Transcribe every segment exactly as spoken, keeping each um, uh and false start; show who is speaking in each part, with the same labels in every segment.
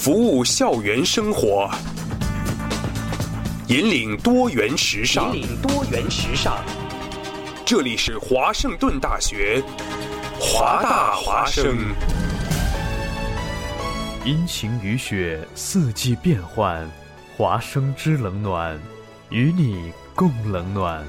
Speaker 1: 服务校园生活，引领多元时尚。
Speaker 2: 引领多元时尚。
Speaker 1: 这里是华盛顿大学，华大华生。
Speaker 3: 阴晴雨雪，四季变换，华生之冷暖，与你共冷暖。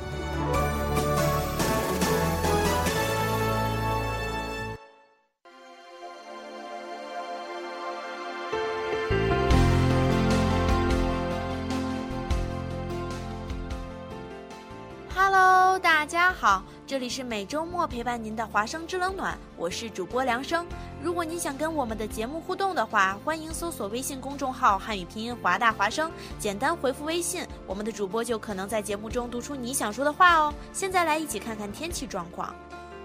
Speaker 4: Hello， 大家好，这里是每周末陪伴您的华生之冷暖，我是主播梁生。如果您想跟我们的节目互动的话，欢迎搜索微信公众号汉语拼音华大华生，简单回复微信，我们的主播就可能在节目中读出你想说的话哦。现在来一起看看天气状况。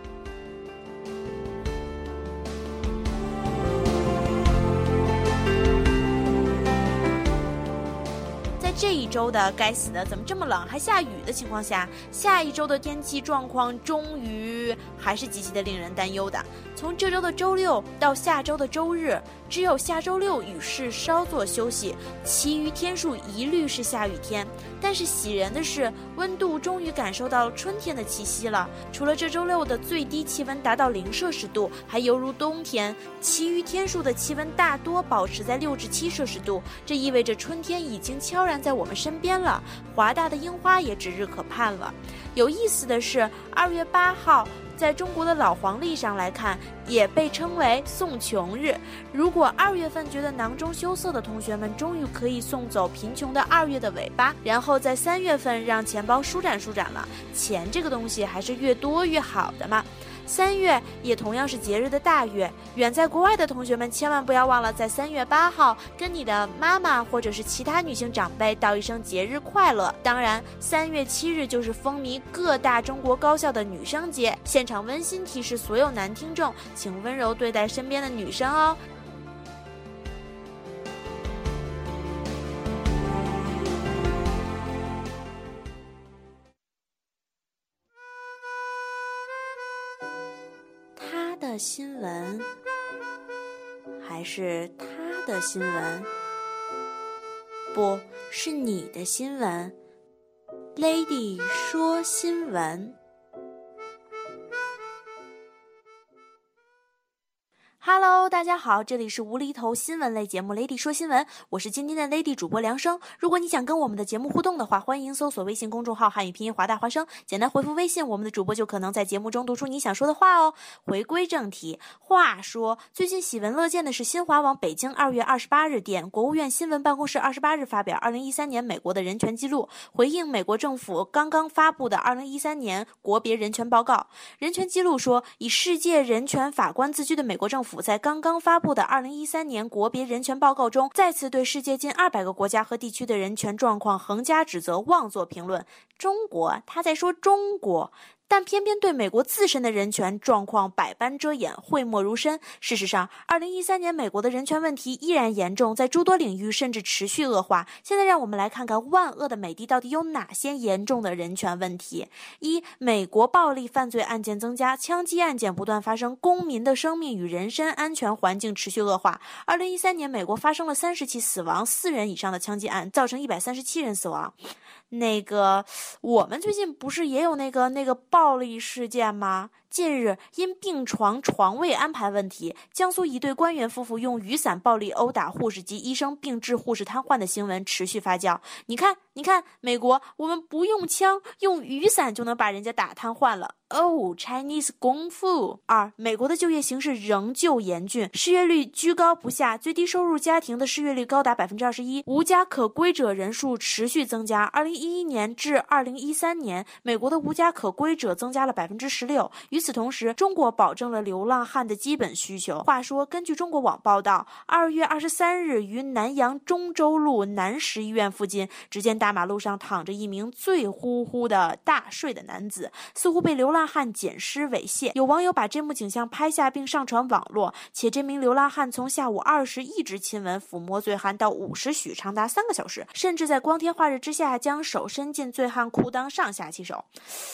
Speaker 4: 这一周的该死的怎么这么冷还下雨的情况下，下一周的天气状况终于还是极其的令人担忧的。从这周的周六到下周的周日，只有下周六雨势稍作休息，其余天数一律是下雨天。但是喜人的是，温度终于感受到春天的气息了。除了这周六的最低气温达到零摄氏度，还犹如冬天，其余天数的气温大多保持在六至七摄氏度。这意味着春天已经悄然在我们身边了，华大的樱花也指日可盼了。有意思的是，二月八号在中国的老黄历上来看，也被称为送穷日。如果二月份觉得囊中羞涩的同学们，终于可以送走贫穷的二月的尾巴，然后在三月份让钱包舒展舒展了。钱这个东西还是越多越好的嘛。三月也同样是节日的大月，远在国外的同学们千万不要忘了在三月八号跟你的妈妈或者是其他女性长辈道一声节日快乐。当然三月七日就是风靡各大中国高校的女生节，现场温馨提示所有男听众，请温柔对待身边的女生哦。的新闻还是他的新闻？不是你的新闻。 Lady 说新闻。Hello， 大家好，这里是无厘头新闻类节目 Lady 说新闻，我是今天的 Lady 主播梁生。如果你想跟我们的节目互动的话，欢迎搜索微信公众号汉语拼音华大华生，简单回复微信，我们的主播就可能在节目中读出你想说的话哦。回归正题，话说最近喜闻乐见的是新华网北京二月二十八日电，国务院新闻办公室二十八日发表二零一三年美国的人权记录，回应美国政府刚刚发布的二零一三年国别人权报告。人权记录说，以世界人权法官自居的美国政府在刚刚发布的二零一三年国别人权报告中，再次对世界近二百个国家和地区的人权状况横加指责，妄作评论。中国，他在说中国，但偏偏对美国自身的人权状况百般遮掩，讳莫如深。事实上，二零一三年美国的人权问题依然严重，在诸多领域甚至持续恶化。现在让我们来看看万恶的美帝到底有哪些严重的人权问题。一、美国暴力犯罪案件增加，枪击案件不断发生，公民的生命与人身安全环境持续恶化。二零一三年美国发生了三十起死亡四人以上的枪击案，造成一百三十七人死亡。那个我们最近不是也有那个那个暴力事件吗？近日因病床床位安排问题，江苏一对官员夫妇用雨伞暴力殴打护士及医生并致护士瘫痪的新闻持续发酵。你看你看美国，我们不用枪，用雨伞就能把人家打瘫痪了。哦 Chinese 功夫。二、美国的就业形势仍旧严峻，失业率居高不下，最低收入家庭的失业率高达 百分之二十一， 无家可归者人数持续增加。二零一一年至二零一三年，美国的无家可归者增加了 百分之十六。与此同时，中国保证了流浪汉的基本需求。话说，根据中国网报道，二月二十三日于南阳中州路南石医院附近，只见大马路上躺着一名醉呼呼的大睡的男子，似乎被流浪汉捡尸猥亵。有网友把这幕景象拍下并上传网络，且这名流浪汉从下午二时一直亲吻抚摸醉汉到午时许，长达三个小时，甚至在光天化日之下将手伸进醉汉裤裆上下其手。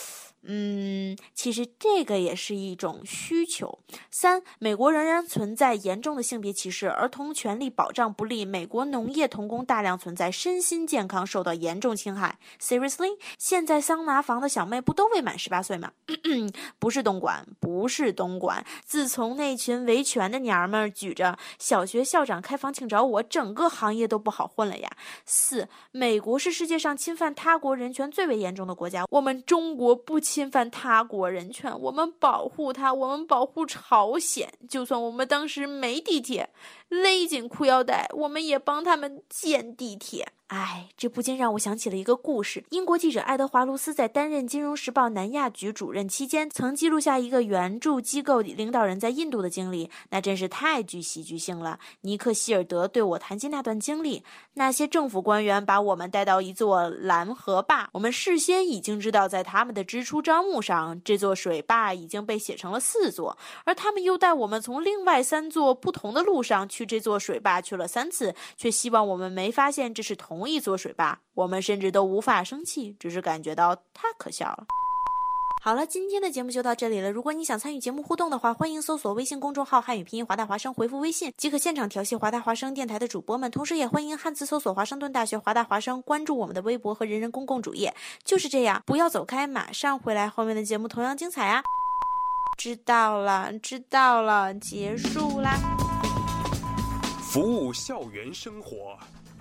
Speaker 4: 嗯，其实这个也是一种需求。三，美国仍然存在严重的性别歧视，儿童权利保障不力，美国农业童工大量存在，身心健康受到严重侵害。Seriously？ 现在桑拿房的小妹不都未满十八岁吗？不是东莞，不是东莞。自从那群维权的娘们举着小学校长开房请找我，整个行业都不好混了呀。四，美国是世界上侵犯他国人权最为严重的国家，我们中国不侵犯他国人权，我们保护他，我们保护朝鲜，就算我们当时没地铁，勒紧裤腰带，我们也帮他们建地铁。哎，这不禁让我想起了一个故事。英国记者爱德华·卢斯在担任《金融时报》南亚局主任期间，曾记录下一个援助机构领导人在印度的经历，那真是太具戏剧性了。尼克·希尔德对我谈及那段经历，那些政府官员把我们带到一座拦河坝，我们事先已经知道在他们的支出账目上，这座水坝已经被写成了四座，而他们又带我们从另外三座不同的路上去这座水坝去了三次，却希望我们没发现这是同同一座水坝，我们甚至都无法生气，只是感觉到太可笑了。好了，今天的节目就到这里了。如果你想参与节目互动的话，欢迎搜索微信公众号汉语拼音华大华声，回复微信即可现场调戏华大华声电台的主播们。同时也欢迎汉字搜索华盛顿大学华大华声，关注我们的微博和人人公共主页。就是这样，不要走开，马上回来，后面的节目同样精彩啊！知道了，知道了，结束啦。
Speaker 1: 服务校园生活，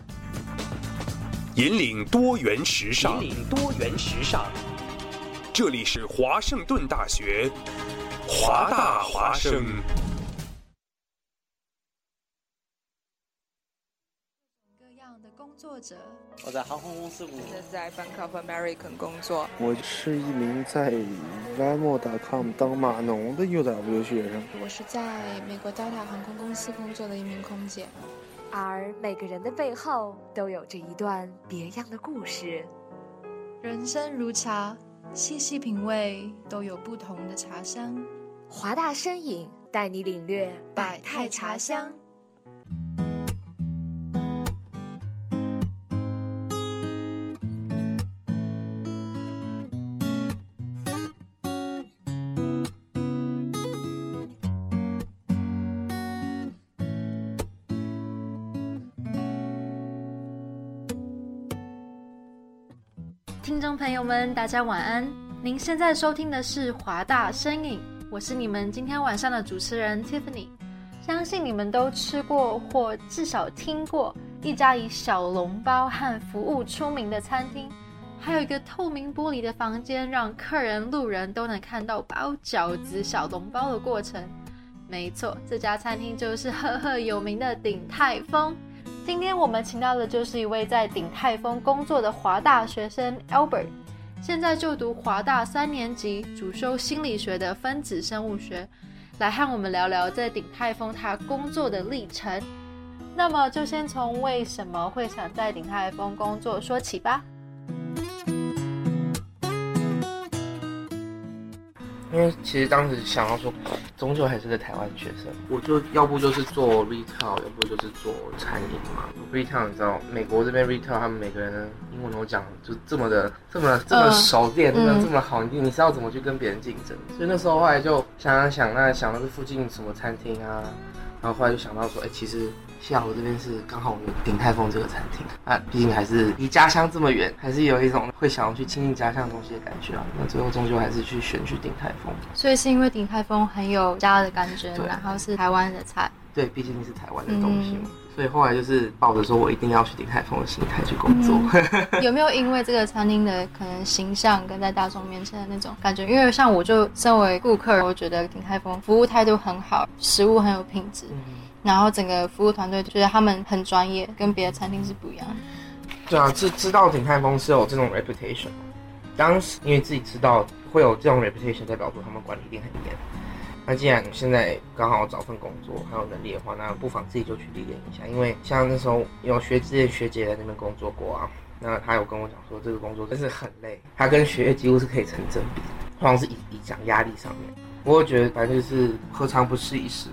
Speaker 1: 引领多元时尚，引领多元时尚。这里是华盛顿大学，华大华声。
Speaker 2: 各样的工作者，
Speaker 5: 我在航空公司工作，
Speaker 2: 现在在 Bank of American 工作。
Speaker 6: 我是一名在 Vamo 点 com 当码农的 U W 学生。
Speaker 2: 我是在美国 Delta 航空公司工作的一名空姐。
Speaker 7: 而每个人的背后都有着一段别样的故事。
Speaker 2: 人生如茶，细细品味，都有不同的茶香。
Speaker 7: 华大深饮带你领略
Speaker 2: 百态茶香。
Speaker 8: 听众朋友们，大家晚安。您现在收听的是华大声饮，我是你们今天晚上的主持人 Tiffany。相信你们都吃过或至少听过一家以小笼包和服务出名的餐厅，还有一个透明玻璃的房间，让客人路人都能看到包饺子小笼包的过程。没错，这家餐厅就是赫赫有名的鼎泰丰。今天我们请到的就是一位在鼎泰丰工作的华大学生 Albert， 现在就读华大三年级，主修心理学的分子生物学，来和我们聊聊在鼎泰丰他工作的历程。那么就先从为什么会想在鼎泰丰工作说起吧。
Speaker 5: 因为其实当时想要说，终究还是个台湾学生，我就要不就是做 retail， 要不就是做餐饮嘛。retail 你知道，美国这边 retail 他们每个人英文都讲就这么的这么这么熟练，这么、嗯、这么好，你你是要怎么去跟别人竞争？所以那时候后来就想想想，那想到这附近什么餐厅啊，然后后来就想到说，哎，其实西雅图这边是刚好有鼎泰丰这个餐厅啊，毕竟还是离家乡这么远，还是有一种会想要去亲近家乡的东西的感觉啊。那最后终究还是去选去鼎泰丰。
Speaker 8: 所以是因为鼎泰丰很有家的感觉，然后是台湾的菜。
Speaker 5: 对，毕竟是台湾的东西嘛、嗯，所以后来就是抱着说我一定要去鼎泰丰的心态去工作。
Speaker 8: 嗯、有没有因为这个餐厅的可能形象跟在大众面前的那种感觉？因为像我就身为顾客，我觉得鼎泰丰服务态度很好，食物很有品质。嗯，然后整个服务团队觉得他们很专业，跟别的餐厅是不一样的。
Speaker 5: 对啊，知知道鼎泰丰是有这种 reputation， 当时因为自己知道会有这种 reputation， 代表说他们管理一定很严。那既然现在刚好找份工作，还有能力的话，那不妨自己就去历练一下。因为像那时候有学之前学姐在那边工作过啊，那她有跟我讲说，这个工作真是很累，她跟学业几乎是可以成正比，通常是以以讲压力上面。我觉得反正就是何尝不是一时嘛。
Speaker 8: 那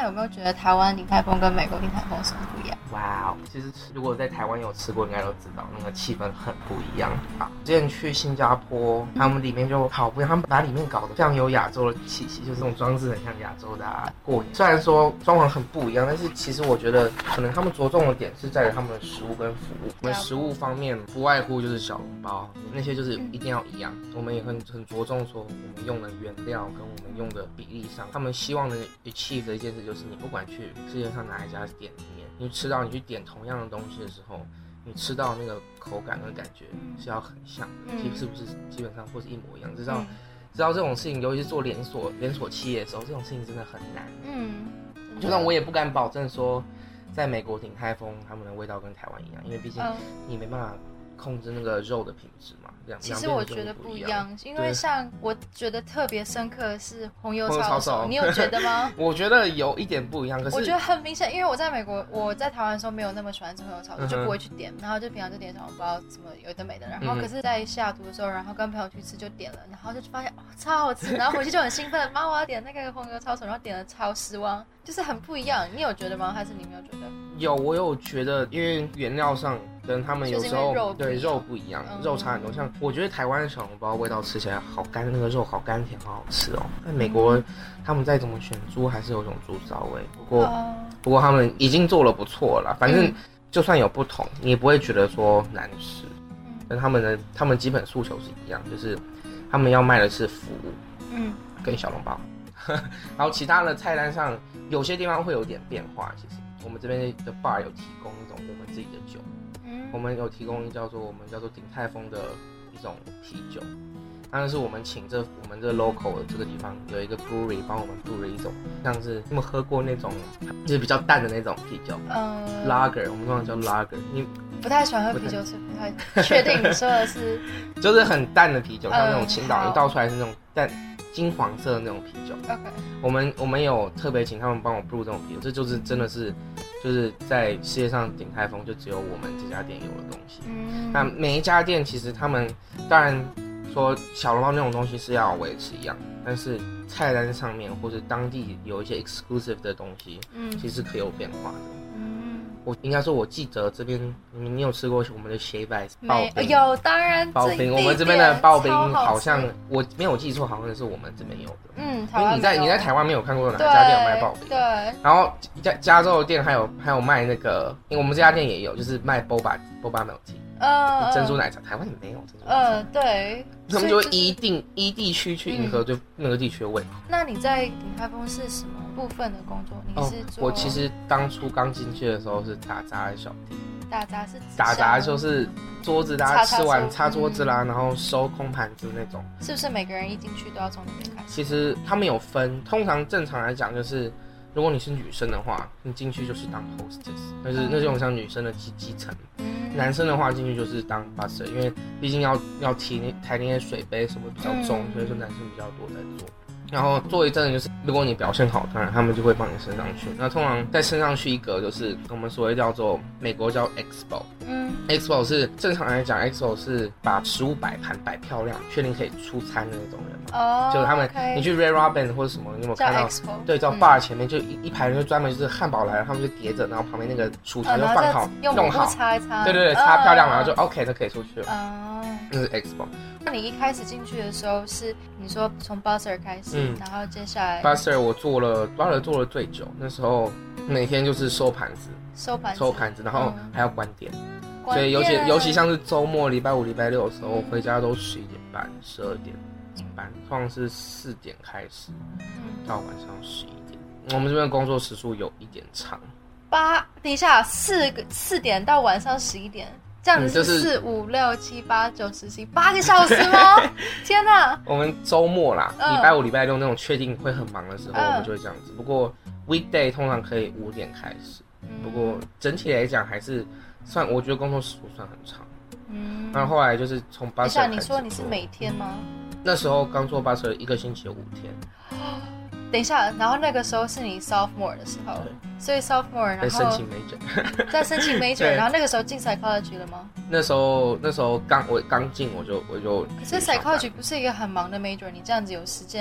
Speaker 8: 有没有觉得台湾鼎泰丰跟美国鼎泰丰什么不一样？
Speaker 5: 哇哦，其实如果在台湾有吃过，应该都知道那个气氛很不一样啊。之前去新加坡，他们里面就好不一样，他们把里面搞得非常有亚洲的气息，就是这种装置很像亚洲的啊。过年虽然说装潢很不一样，但是其实我觉得可能他们着重的点是在于他们的食物跟服务。我们食物方面不外乎就是小笼包那些，就是一定要一样。我们也很很着重说我们用的原料跟我们用的比例上，他们希望能 achieve 的一件事就是你不管去世界上哪一家店里面，你吃到你去点同样的东西的时候，你吃到那个口感跟感觉是要很像的，其实是不是基本上或是一模一样？知道、嗯、知道这种事情，尤其是做连锁连锁企业的时候，这种事情真的很难。嗯，就算我也不敢保证说，在美国鼎泰丰他们的味道跟台湾一样，因为毕竟你没办法控制那个肉的品质嘛。
Speaker 8: 其实我觉得不一样，因为像我觉得特别深刻的是红油抄手，你有觉得吗？
Speaker 5: 我觉得有一点不一样，可是
Speaker 8: 我觉得很明显，因为我在美国，我在台湾的时候没有那么喜欢吃红油抄手，嗯、就不会去点，然后就平常就点小笼包什么有的没的，然后可是在西雅图的时候，然后跟朋友去吃就点了，然后就发现哦超好吃，然后回去就很兴奋，妈我要点那个红油抄手，然后点了超失望，就是很不一样。你有觉得吗？还是你没有觉得？
Speaker 5: 有，我有觉得，因为原料上跟他们有时候肉对肉不一样，嗯、肉差很多。像我觉得台湾的小笼包味道吃起来好干，那个肉好甘甜，好好吃哦。在美国，嗯、他们再怎么选猪，还是有一种猪骚味。不过，哦、不过他们已经做了不错了。反正就算有不同，你也不会觉得说难吃。嗯、但他们的他们基本诉求是一样，就是他们要卖的是服务，嗯，跟小笼包。然后其他的菜单上有些地方会有点变化，其实。我们这边的 bar 有提供一种我们自己的酒，嗯、我们有提供叫做我们叫做鼎泰丰的一种啤酒，当然是我们请这我们这 local 的这个地方有一个 brewery 帮我们 brew 一种像是你们喝过那种就是比较淡的那种啤酒，嗯 ，lager 我们通常叫 lager， 你
Speaker 8: 不太喜欢喝啤酒，是不太确定你说的是
Speaker 5: 就是很淡的啤酒，像那种青岛，你倒出来是那种淡。金黄色的那种啤酒 ，OK， 我们我们有特别请他们帮我 brew 这种啤酒，这就是真的是就是在世界上鼎泰丰就只有我们这家店有的东西。嗯、那每一家店其实他们当然说小笼包那种东西是要维持一样，但是菜单上面或者当地有一些 exclusive 的东西，嗯，其实是可以有变化的。我应该说，我记得这边你你有吃过我们的 shave ice 刨冰？
Speaker 8: 有，当然
Speaker 5: 刨冰。我们这边的刨冰好像我没有记错，好像是我们这边有的。嗯，因为你在你在台湾没有看过哪家店有卖刨冰？
Speaker 8: 对。
Speaker 5: 然后加加州的店还有还有卖那个，因为我们这家店也有，就是卖 boba boba milk tea， 呃，珍珠奶茶。台湾也没有珍珠奶茶。呃，
Speaker 8: 对。
Speaker 5: 他们就会依定依地区去迎合对那个地区的胃口。
Speaker 8: 那你在鼎泰丰是什么部分的工作？你是做？
Speaker 5: 哦、我其实当初刚进去的时候是打杂的小弟。
Speaker 8: 打杂是
Speaker 5: 打杂就是桌子大家吃完擦桌子啦，嗯、然后收空盘子那种。
Speaker 8: 是不是每个人一进去都要从那边开始？
Speaker 5: 其实他们有分，通常正常来讲就是，如果你是女生的话，你进去就是当 hostess， 那是、嗯、那种像女生的基基层。嗯、男生的话进去就是当 busser， 因为毕竟要要提抬那些水杯什么比较重，嗯、所以说男生比较多在做。然后做一阵就是，如果你表现好，当然他们就会帮你升上去。那通常再升上去一格，就是我们所谓叫做美国叫 expo。嗯 ，expo 是正常来讲 ，expo 是把食物摆盘摆漂亮，确定可以出餐的那种人嘛。哦，就是他们， okay. 你去 Red Robin 或者什么，你有没有看到？对，在 bar 前面就一、嗯、一排人就专门就是汉堡来了，他们就叠着，然后旁边那个薯条就放好，
Speaker 8: 用
Speaker 5: 弄好，
Speaker 8: 擦一擦。
Speaker 5: 对对对，擦漂亮，然后就 OK， 那可以出去了。哦，那是 expo。
Speaker 8: 那你一开始进去的时候是你说从 busser 开始，嗯、然后接下来
Speaker 5: busser 我做了 busser 做了最久，那时候每天就是收盘子，
Speaker 8: 收盘子，
Speaker 5: 收盘子，然后还要关店，嗯、所以尤其尤其像是周末礼拜五礼拜六的时候，嗯、回家都十一点半、十二点半，通常是四点开始，嗯、到晚上十一点。我们这边工作时数有一点长，
Speaker 8: 八等一下四个四点到晚上十一点。这样子是四五六七八九十十一八个小时吗？天哪！
Speaker 5: 我们周末啦，礼拜五、礼拜六那种确定会很忙的时候，嗯、我们就会这样子。不过 weekday 通常可以五点开始，嗯、不过整体来讲还是算，我觉得工作时数算很长。嗯，然后后来就是从八十。等
Speaker 8: 一下，你说你是每天吗？
Speaker 5: 那时候刚做八十，一个星期有五天。
Speaker 8: 等一下，然后那个时候是你 sophomore 的时候，所以 sophomore 然后
Speaker 5: 在申请 major，
Speaker 8: 在申请 major， 然后那个时候进 psychology 了吗？
Speaker 5: 那时候那时候刚我刚进我就我就，
Speaker 8: 可是 psychology 不是一个很忙的 major， 你这样子有时间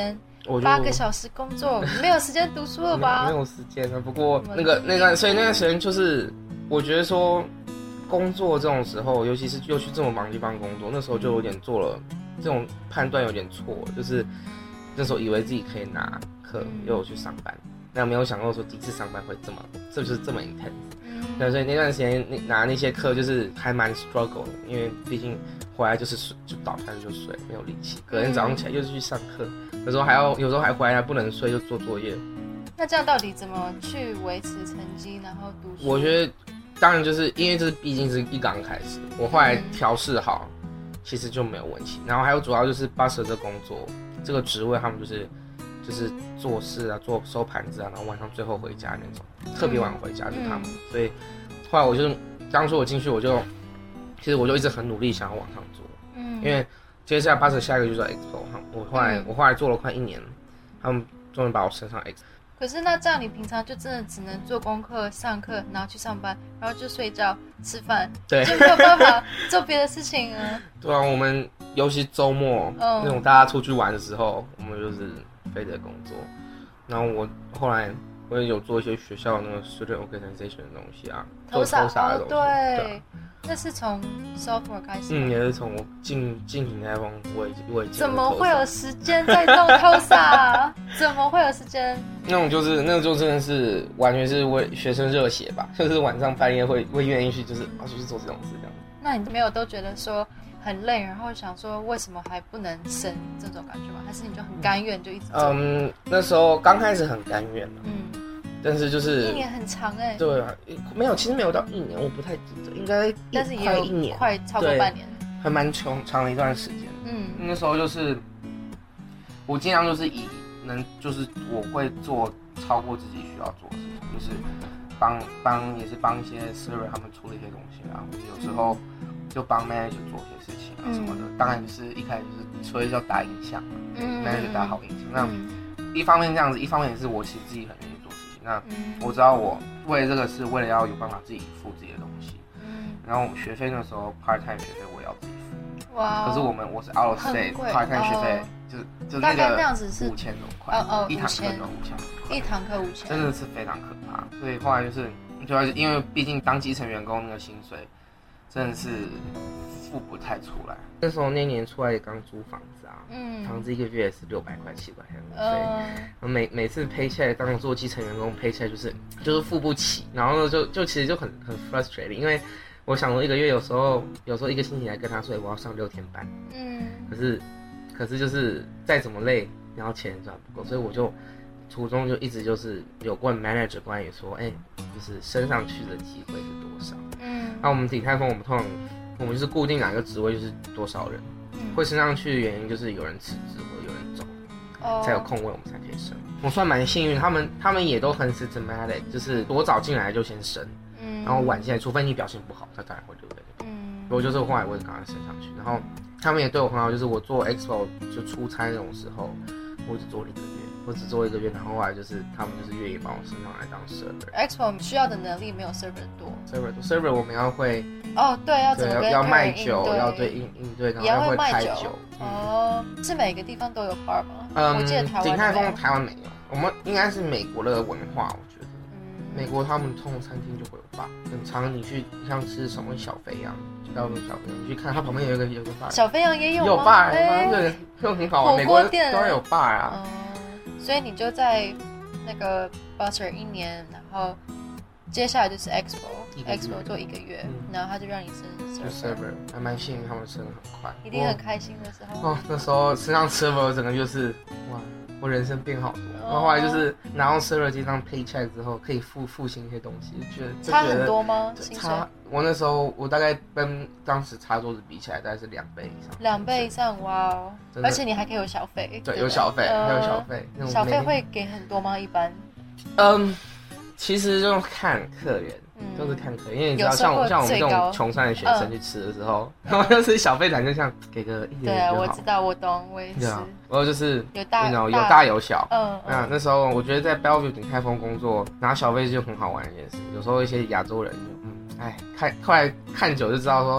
Speaker 5: 我就
Speaker 8: 八个小时工作，没有时间读书了吧？
Speaker 5: 没, 没有时间了。不过那个那段，所以那段时间就是，我觉得说工作这种时候，尤其是又去这么忙的地方工作，那时候就有点做了这种判断有点错，就是那时候以为自己可以拿课，又有去上班，那没有想到说第一次上班会这么，这就是这么 intense。对，所以那段时间拿那些课就是还蛮 struggle 的，因为毕竟回来就是睡，就倒下就睡，没有力气。隔天早上起来又是去上课，有时候还要，有时候还回来还不能睡，就做作业。
Speaker 8: 那这样到底怎么去维持成绩，然后读书？
Speaker 5: 我觉得，当然就是因为这毕竟是一刚开始，我后来调试好，嗯、其实就没有问题。然后还有主要就是 busser 这工作，这个职位他们就是就是做事啊，做收盘子啊，然后晚上最后回家那种，特别晚回家就是他们。嗯、所以后来我就当初我进去我就，其实我就一直很努力想要往上做，嗯，因为接下来 busser 下一个就是 expo， 我后来、嗯、我后来做了快一年，他们终于把我升上 expo。
Speaker 8: 可是那这样你平常就真的只能做功课、上课，然后去上班，然后就睡觉、吃饭，
Speaker 5: 对，
Speaker 8: 就没有办法做别的事情啊。
Speaker 5: 对啊，我们尤其周末、嗯、那种大家出去玩的时候，我们就是非得工作。然后我后来我也有做一些学校那个 student organization 的东西啊，做偷傻的东西。
Speaker 8: 哦、对，
Speaker 5: 对啊，
Speaker 8: 那是从 sophomore 开始。
Speaker 5: 嗯，也是从我进进鼎泰丰，我也我也
Speaker 8: 怎么会有时间在弄偷傻？怎么会有时间？
Speaker 5: 那种就是那种就真的是完全是为学生热血吧，就是晚上半夜会会愿意去就是啊去做这种事这样。
Speaker 8: 那你没有都觉得说很累，然后想说为什么还不能升这种感觉吗？还是你就很甘愿就一直做？
Speaker 5: 嗯，那时候刚开始很甘愿嘛，嗯。但是就是
Speaker 8: 一年很长哎、欸，
Speaker 5: 对啊，没有，其实没有到一年，我不太记得，应该
Speaker 8: 但是也有
Speaker 5: 一年，
Speaker 8: 快超过半年，
Speaker 5: 还蛮长长的一段时间。嗯，那时候就是我尽量就是以能就是我会做超过自己需要做的事情，就是帮帮也是帮一些 server 他们出了一些东西啊，或者有时候就帮 manager 做一些事情啊什么的。嗯、当然就是一开始就是所以要打影响嘛，嗯 ，manager 打好影响。那、嗯、一方面这样子，一方面也是我其实自己很愿意做事情。那我知道我为了这个是为了要有办法自己付自己的东西，嗯，然后学费那时候 part time 学费我也要自己付，哇，可是我们我是 out of state part time 学费、哦、就是就是那个五千多块，哦哦，一堂课就五千，
Speaker 8: 一堂课五千，
Speaker 5: 真的是非常可怕。所以后来就是主要是因为毕竟当基层员工那个薪水真的是付不太出来。那时候那年出来也刚租房子啊，嗯，房子一个月也是六百块七百块，所以每每次 paycheck 当做基层员工 paycheck 就是就是付不起，然后呢就就其实就很很 frustrating， 因为我想说一个月有时候有时候一个星期来跟他说我要上六天班，嗯，可是可是就是再怎么累，然后钱赚不够，所以我就途中就一直就是有问 manager 关于说，哎、欸，就是升上去的机会是多少？嗯，那我们鼎泰丰我们通常我们就是固定哪个职位就是多少人，嗯、会升上去的原因就是有人辞职或者有人走，哦、才有空位我们才可以升。我算蛮幸运，他们他们也都很 systematic， 就是多早进来就先升，嗯，然后晚进来，除非你表现不好，他当然会留在那边。嗯，我就是后来我也赶快升上去，然后他们也对我很好，就是我做 expo 就出差那种时候，我只做了一个月。我只做一个月，然后后来就是他们就是愿意帮我升上来当 server。Expo
Speaker 8: 需要的能力没有 server 多
Speaker 5: ，server 多 ，server 我们要会
Speaker 8: 哦，对，要怎么跟
Speaker 5: 要卖酒，要对应应对，然后要会开酒。
Speaker 8: 哦，是每个地方都有 bar 吗？
Speaker 5: 嗯，
Speaker 8: 我记得台湾
Speaker 5: 鼎泰丰台湾没有，我们应该是美国的文化，我觉得。嗯，美国他们通常餐厅就会有 bar， 很常你去像吃什么小肥羊，就要跟小肥羊，你去看它旁边有一个有一个 bar，
Speaker 8: 小肥羊也有吗？
Speaker 5: 有 bar， 哎，对，就很好玩，美国当然有 bar 啊。
Speaker 8: 嗯，所以你就在那个 busser 一年，然后接下来就是 expo，expo 做一个月，嗯、然后他就让你升
Speaker 5: server， 还蛮幸运，他们升得很快，
Speaker 8: 一定很开心的时候。
Speaker 5: 哦，那时候升上 server 整个就是哇，我人生变好多。然后后来就是拿到 server 这张 paycheck 之后，可以付付清一些东西，就觉得
Speaker 8: 差很多吗？
Speaker 5: 差，我那时候我大概跟当时插桌子比起来，大概是两倍以上。
Speaker 8: 两倍以上，哇哦！而且你还可以有小费。
Speaker 5: 对，有小费，还有小费。
Speaker 8: 小费会给很多吗？一般？
Speaker 5: 嗯，其实就看客人。就是看客人，因为你知道像我像我们这种穷酸的学生去吃的时候，然后就是小费单就像给个一点点就好。
Speaker 8: 对，我知道，我懂，我也是。然
Speaker 5: 后就是
Speaker 8: 有大
Speaker 5: 有大有小。嗯，那那时候我觉得在 Bellevue 鼎泰丰工作拿小费就很好玩的一件事。有时候一些亚洲人，嗯，哎，看后来看久就知道说，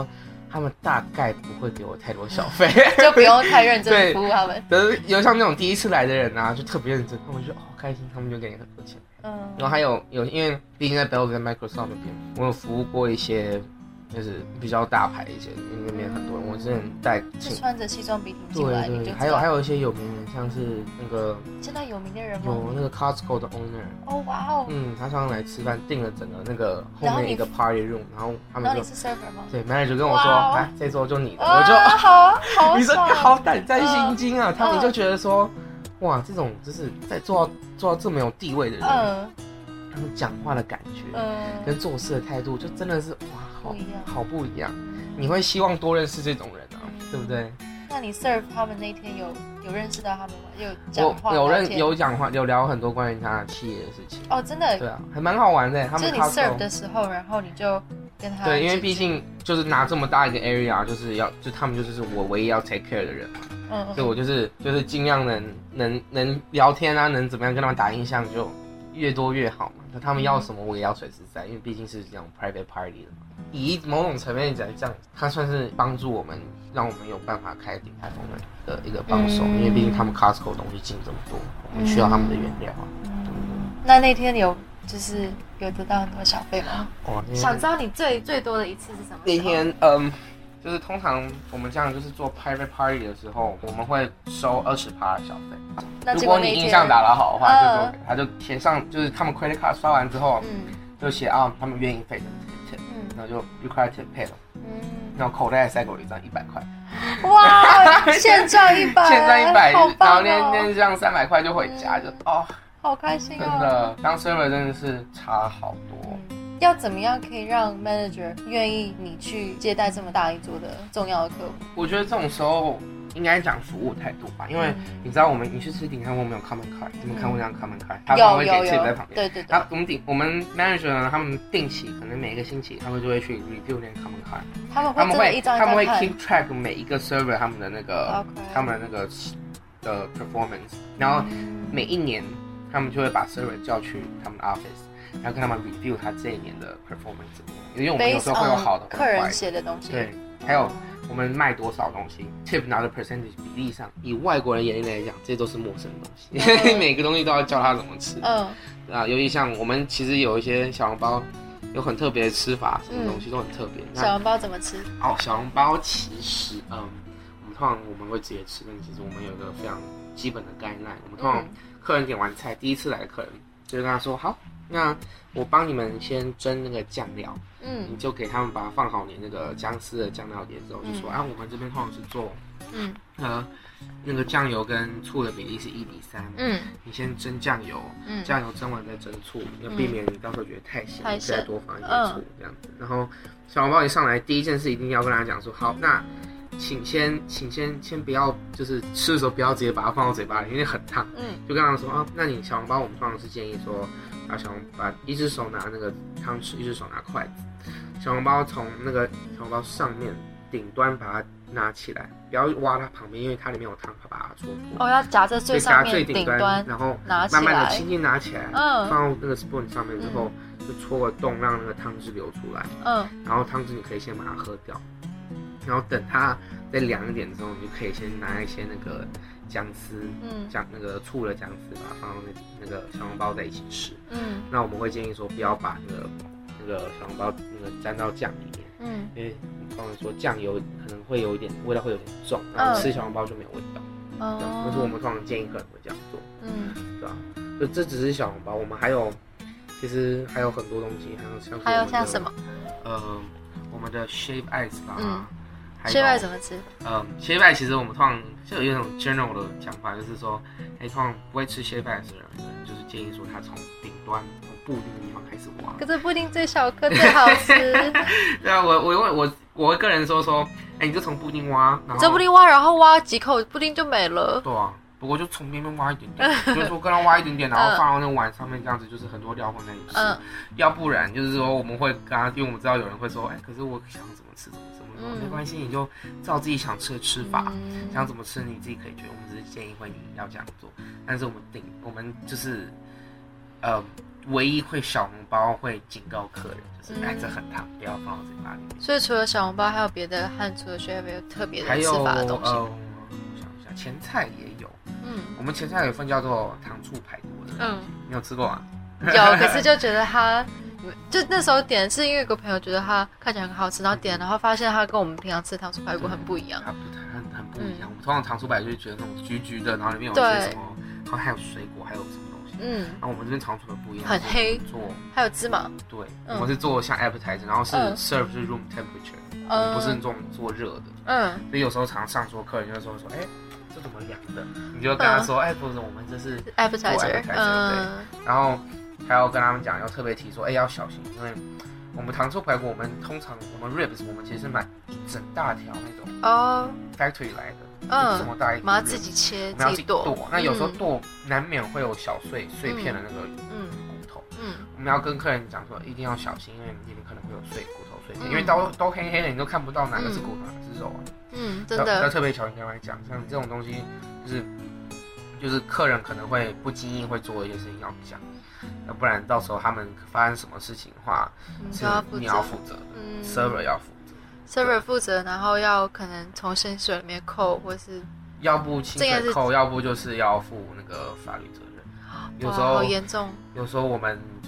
Speaker 5: 他们大概不会给我太多小费，
Speaker 8: 就不用太认真服务他们。
Speaker 5: 可是有像那种第一次来的人啊，就特别认真，他们就好开心，他们就给你很多钱。嗯，然后还有有，因为毕竟在 Bell 跟 Microsoft 那边，我有服务过一些就是比较大牌一些，因为那边很多人，我之前带
Speaker 8: 是穿着西装笔挺进来，
Speaker 5: 对对，还有还有一些有名人，像是那个
Speaker 8: 现在有名的人吗？
Speaker 5: 有那个 Costco 的 owner，
Speaker 8: 哦哇哦，
Speaker 5: 嗯，他上来吃饭订了整个那个后面一个 party room， 然后他们就，
Speaker 8: 然后你是 server 吗？
Speaker 5: 对 ，manager 跟我说，来这桌就你的，我就
Speaker 8: 好好，
Speaker 5: 你说好胆战心惊啊，他们就觉得说，哇，这种就是在做到做到这么有地位的人。嗯，他们讲话的感觉，嗯，跟做事的态度，就真的是哇，好不一样，好不一样。你会希望多认识这种人啊，嗯、对不对？
Speaker 8: 那你 serve 他们那天有有认识到他们吗？有讲话？
Speaker 5: 有认有讲话，有聊很多关于他的企业的事情。
Speaker 8: 哦，真的？
Speaker 5: 对啊，还蛮好玩的。他们
Speaker 8: 就是你 serve 的时候，然后你就跟他
Speaker 5: 对，因为毕竟就是拿这么大一个 area， 就是要就他们就是我唯一要 take care 的人嘛。嗯，所以我就是就是尽量能能能聊天啊，能怎么样跟他们打印象就越多越好嘛。他们要什么我也要随时在，因为毕竟是这种 private party 的嘛。以某种层面来讲，它算是帮助我们，让我们有办法开鼎泰丰的一个帮手，嗯、因为毕竟他们 Costco 的东西进这么多，我们需要他们的原料啊。嗯
Speaker 8: 嗯、那那天有就是有得到很多小费吗？哦，想知道你最最多的一次是什么？
Speaker 5: 那天嗯。就是通常我们这样就是做 private party 的时候，我们会收二十趴的小费。如果你印象打得好的话，呃、就他就填上，就是他们 credit card 刷完之后，嗯、就写啊他们愿意费的 tip，嗯、然后就 require tip pay 了，嗯、然后口袋塞给我一张一百块，
Speaker 8: 哇，现赚一百，
Speaker 5: 现赚一百，
Speaker 8: 哦、
Speaker 5: 然后那天这样三百块就回家，就哦，
Speaker 8: 好开心哦，
Speaker 5: 真的，当 server 真的是差好多。
Speaker 8: 嗯要怎么样可以让 manager 愿意你去接待这么大一桌的重要的客户？
Speaker 5: 我觉得这种时候应该讲服务态度吧，因为你知道我们你去吃鼎泰丰，我们有 common card， 你们看过这样 common card， 他们会给 tip 在旁边。
Speaker 8: 对对对。
Speaker 5: 他我们顶我们 manager 呢，他们定期可能每一个星期，他们就会去 review 那个 common card，
Speaker 8: 他们会他们会
Speaker 5: 他们会 keep track 每一个 server 他们的那个、okay. 他们的那个的 performance， 然后每一年他们就会把 server 叫去他们的 office。然后跟他们 review 他这一年的 performance 怎么样？因为我们有时候会有好的
Speaker 8: 客人写的东西，
Speaker 5: 对，还有我们卖多少东西 ，tip 拿的 percentage 比例上，以外国人眼里来讲，这些都是陌生的东西，嗯、每个东西都要教他怎么吃。嗯，啊，尤其像我们其实有一些小笼包，有很特别的吃法，什么东西都很特别。
Speaker 8: 嗯、小笼包怎么吃？
Speaker 5: 哦，小笼包其实，嗯，我们通常我们会直接吃，但其实我们有一个非常基本的概念，我们通常客人点完菜，第一次来的客人就跟他说好。那我帮你们先蒸那个酱料，嗯，你就给他们把它放好你那个姜丝的酱料碟之后，就说、嗯、啊，我们这边通常是做，嗯，呃，那个酱油跟醋的比例是一比三，嗯，你先蒸酱油，嗯，酱油蒸完再蒸醋，要避免你到时候觉得太咸，你再多放一些醋、嗯、这样子。然后小笼包一上来，第一件事一定要跟他讲说，好，那请先，请先，先不要，就是吃的时候不要直接把它放到嘴巴里，因为很烫，嗯，就跟他说啊，那你小笼包我们通常是建议说。把小笼把一只手拿那个汤匙，一只手拿筷子，小笼包从那个小笼包上面顶端把它拿起来，不要挖它旁边，因为它里面有汤，它把它戳破。
Speaker 8: 哦，要夹在最上面
Speaker 5: 最顶端，
Speaker 8: 端
Speaker 5: 然后慢慢的轻轻拿起来，嗯，放到那个 spoon 上面之后，嗯、就戳个洞，让那个汤汁流出来，嗯，然后汤汁你可以先把它喝掉，然后等它再凉一点之后，你就可以先拿一些那个。姜丝，嗯，姜那个醋的姜丝，把它放到那那个小笼包在一起吃，嗯，那我们会建议说不要把那个那个小笼包那个沾到酱里面，嗯，因为我刚才说酱油可能会有一点味道会有点重，然后吃小笼包就没有味道，哦，但是我们通常建议客人会这样做，嗯，对吧？就这只是小笼包，我们还有其实还有很多东西，还有像
Speaker 8: 还有像什么？
Speaker 5: 呃，我们的 shave ice 吧。嗯
Speaker 8: shave ice 怎么吃？
Speaker 5: 嗯 shave ice 其实我们通常就有一种 general 的讲法，就是说，哎，通常不会吃 shave ice 的人，就是建议说他从顶端从布丁的地方开始挖。
Speaker 8: 可是布丁最小颗最好吃。
Speaker 5: 对啊，我我我我会个人说说，哎，你就从布丁挖，然后
Speaker 8: 这布丁挖，然后挖几口布丁就没了。
Speaker 5: 对啊。不过就从边边挖一点点，就是说跟他挖一点点，然后放到那个碗上面，这样子就是很多料混在一起。嗯，要不然就是说我们会跟他，因为我们知道有人会说，哎，可是我想怎么吃怎么吃，我说没关系，你就照自己想吃的吃法，嗯、想怎么吃你自己可以决定。我们只是建议会你要这样做，但是我们定我们就是呃，唯一会小红包会警告客人，就是哎、嗯，这很烫，不要放到嘴巴里面。
Speaker 8: 所以除了小红包，还有别的和除了学费有特别的吃法的东西。
Speaker 5: 还有呃，我想一下，前菜也有。嗯，我们前菜有份叫做糖醋排骨的。嗯，你有吃过吗？
Speaker 8: 有，可是就觉得它。就那时候点是因为有个朋友觉得它看起来很好吃，然后点，然后发现它跟我们平常吃的糖醋排骨很不一样。
Speaker 5: 它不很很不一样。嗯、我们通常糖醋排骨就是觉得那种橘橘的，然后里面有一些什么，然后还有水果，还有什么东西。嗯，然后我们这边糖醋的不一样，
Speaker 8: 很黑，
Speaker 5: 做
Speaker 8: 还有芝麻。
Speaker 5: 对，嗯、我们是做像 appetizer， 然后是 serve 是 room temperature，、嗯、不是这种做热的。嗯，所以有时候常上桌客人就说说，哎、欸，这怎么凉的？你就跟他说，哎、嗯欸，不是，我们这是
Speaker 8: appetizer，
Speaker 5: 对，然后。还要跟他们讲，要特别提说，哎、欸，要小心，因为我们糖醋排骨，我们通常我们 ribs， 我们其实是买一整大条那种哦 factory 来的，嗯，这么大一条，
Speaker 8: 我们要自己切，
Speaker 5: 我们要自己剁。那有时候剁难免会有小碎碎片的那个嗯骨头，嗯，我们要跟客人讲说，一定要小心，因为里面可能会有碎骨头碎片，嗯、因为都都黑黑的，你都看不到哪个是骨头，哪个是肉啊。嗯，真的要特别小心跟他们讲，像这种东西，就是就是客人可能会不经意会做一些事情要讲。要不然到时候他们发生什么事情的话，是你要负责的、嗯、，server 要负责
Speaker 8: ，server 负责，然后要可能从薪水里面扣，或是
Speaker 5: 要不薪水扣，要不就是要负那个法律责任。有时候
Speaker 8: 好严重，
Speaker 5: 有时候我们就是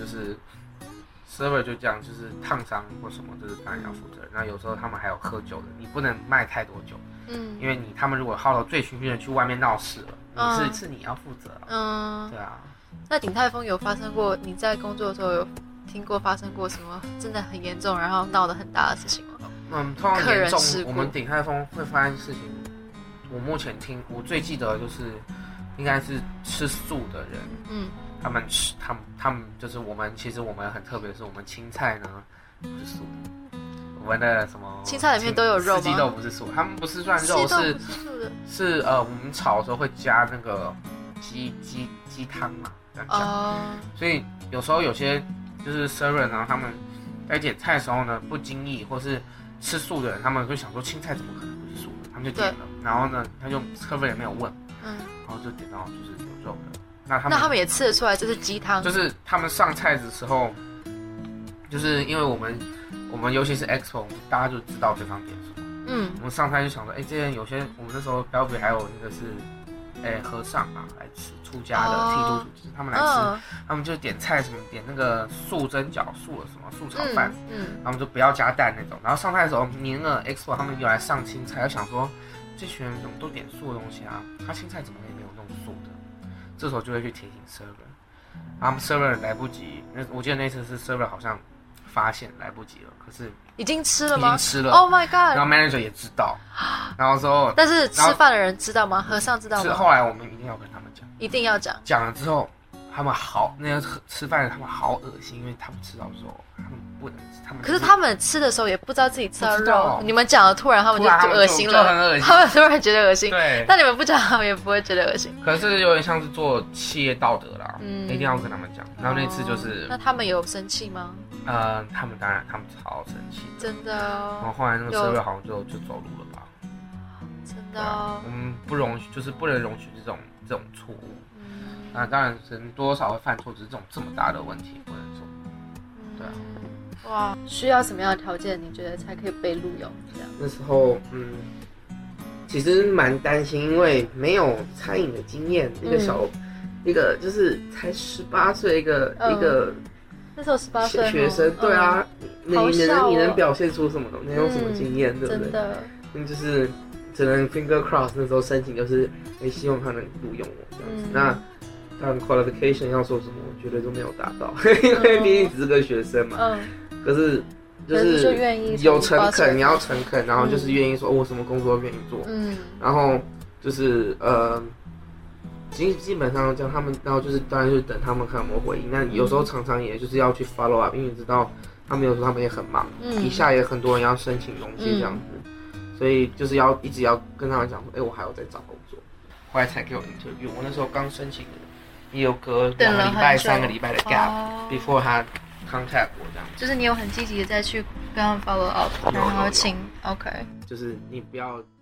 Speaker 5: server 就这样，就是烫伤或什么，就是当然要负责任。那有时候他们还有喝酒的，你不能卖太多酒，嗯，因为你他们如果耗到醉醺醺的去外面闹事了，嗯、你是是你要负责，嗯，对啊。
Speaker 8: 那鼎泰丰有发生过你在工作的时候有听过发生过什么真的很严重然后闹得很大的事情吗？
Speaker 5: 嗯，通常严重我们鼎泰丰会发生事情，我目前听我最记得就是应该是吃素的人，嗯，他们吃他们他们就是我们其实我们很特别的是我们青菜呢不是素的，我们的什么
Speaker 8: 青菜里面都有肉吗？
Speaker 5: 四季豆不是素，他们不是算肉是是呃我们炒的时候会加那个鸡鸡鸡汤嘛。哦，所以有时候有些就是 server 呢，他们在点菜的时候呢，不经意或是吃素的人，他们会想说青菜怎么可能不是素的，他们就点了，然后呢，他就 server 也没有问，嗯，然后就点到就是有肉的，那他们
Speaker 8: 那他们也吃得出来这是鸡汤，
Speaker 5: 就是他们上菜的时候，就是因为我们我们尤其是 expo， 大家就知道对方点什么，嗯，我们上菜就想说，哎、欸，这些有些我们那时候标配还有那个是。哎、欸，和尚啊，来吃出家的剃度组织，他们来吃，嗯、他们就点菜什么点那个素蒸饺、素的什么素炒饭，嗯，嗯他们就不要加蛋那种。然后上菜的时候，你那个 expo 他们又来上青菜，就想说这群人怎么都点素的东西啊？他青菜怎么也没有弄素的？这时候就会去提醒 server， 他们 server 来不及，那我记得那次是 server 好像发现来不及了，可是
Speaker 8: 已经吃了吗？
Speaker 5: 已经吃了
Speaker 8: ，Oh my god！
Speaker 5: 然后 manager 也知道，然后之后，
Speaker 8: 但是吃饭的人知道吗？和尚知道吗？
Speaker 5: 是后来我们一定要跟他们讲，
Speaker 8: 一定要讲。
Speaker 5: 讲了之后，他们好，那些吃饭的他们好恶心，因为他们吃到肉，他们不能吃，他们、
Speaker 8: 就是。可是他们吃的时候也不知道自己吃到肉，你们讲了，突然他们就恶心
Speaker 5: 了，很恶心，
Speaker 8: 他们突然觉得恶心。
Speaker 5: 对，
Speaker 8: 但你们不讲，他们也不会觉得恶心。
Speaker 5: 可是有点像是做企业道德啦，嗯，一定要跟他们讲。然后那次就是，
Speaker 8: 哦、那他们有生气吗？
Speaker 5: 呃，他们当然，他们超生气的，
Speaker 8: 真的哦。
Speaker 5: 然后后来那个社会好像就就走路了吧，
Speaker 8: 真的哦。
Speaker 5: 我们不容许，就是不能容许这种这种错误。嗯，那当然人多少会犯错，只是这种这么大的问题不能做。嗯、对啊。
Speaker 8: 哇，需要什么样的条件？你觉得才可以被录用？这样？
Speaker 5: 那时候，嗯，其实蛮担心，因为没有餐饮的经验，一个小，嗯、一个就是才十八岁，一个、嗯、一个。
Speaker 8: 那时候十八岁
Speaker 5: 学生，对啊，
Speaker 8: 嗯、
Speaker 5: 你能、哦、你能表现出什么东西？能有什么经验，嗯、对不对？
Speaker 8: 真的，
Speaker 5: 嗯，就是只能 finger cross。那时候申请就是也希望他能录用我这样子。嗯、那当然 qualification 要说什么，我觉得都没有达到，嗯、因为毕竟只是个学生嘛。嗯。可是就是有诚恳，你要诚恳，然后就是愿意说，嗯、哦，我什么工作都愿意做。嗯。然后就是呃。基基本上这样，他们然后就是当然就是等他们看有没有回应。那有时候常常也就是要去 follow up，因为你知道他们有时候他们也很忙，嗯、底下也很多人要申请东西这样子，嗯、所以就是要一直要跟他们讲说，哎、欸，我还有在找工作，后来才给我 interview。我那时候刚申请的，也有隔两个礼拜、三个礼拜的 gap、哦、before 他 contact 我这样。
Speaker 8: 就是你有很积极的再去跟他们 follow up， 然后请 OK，
Speaker 5: 就是你不要。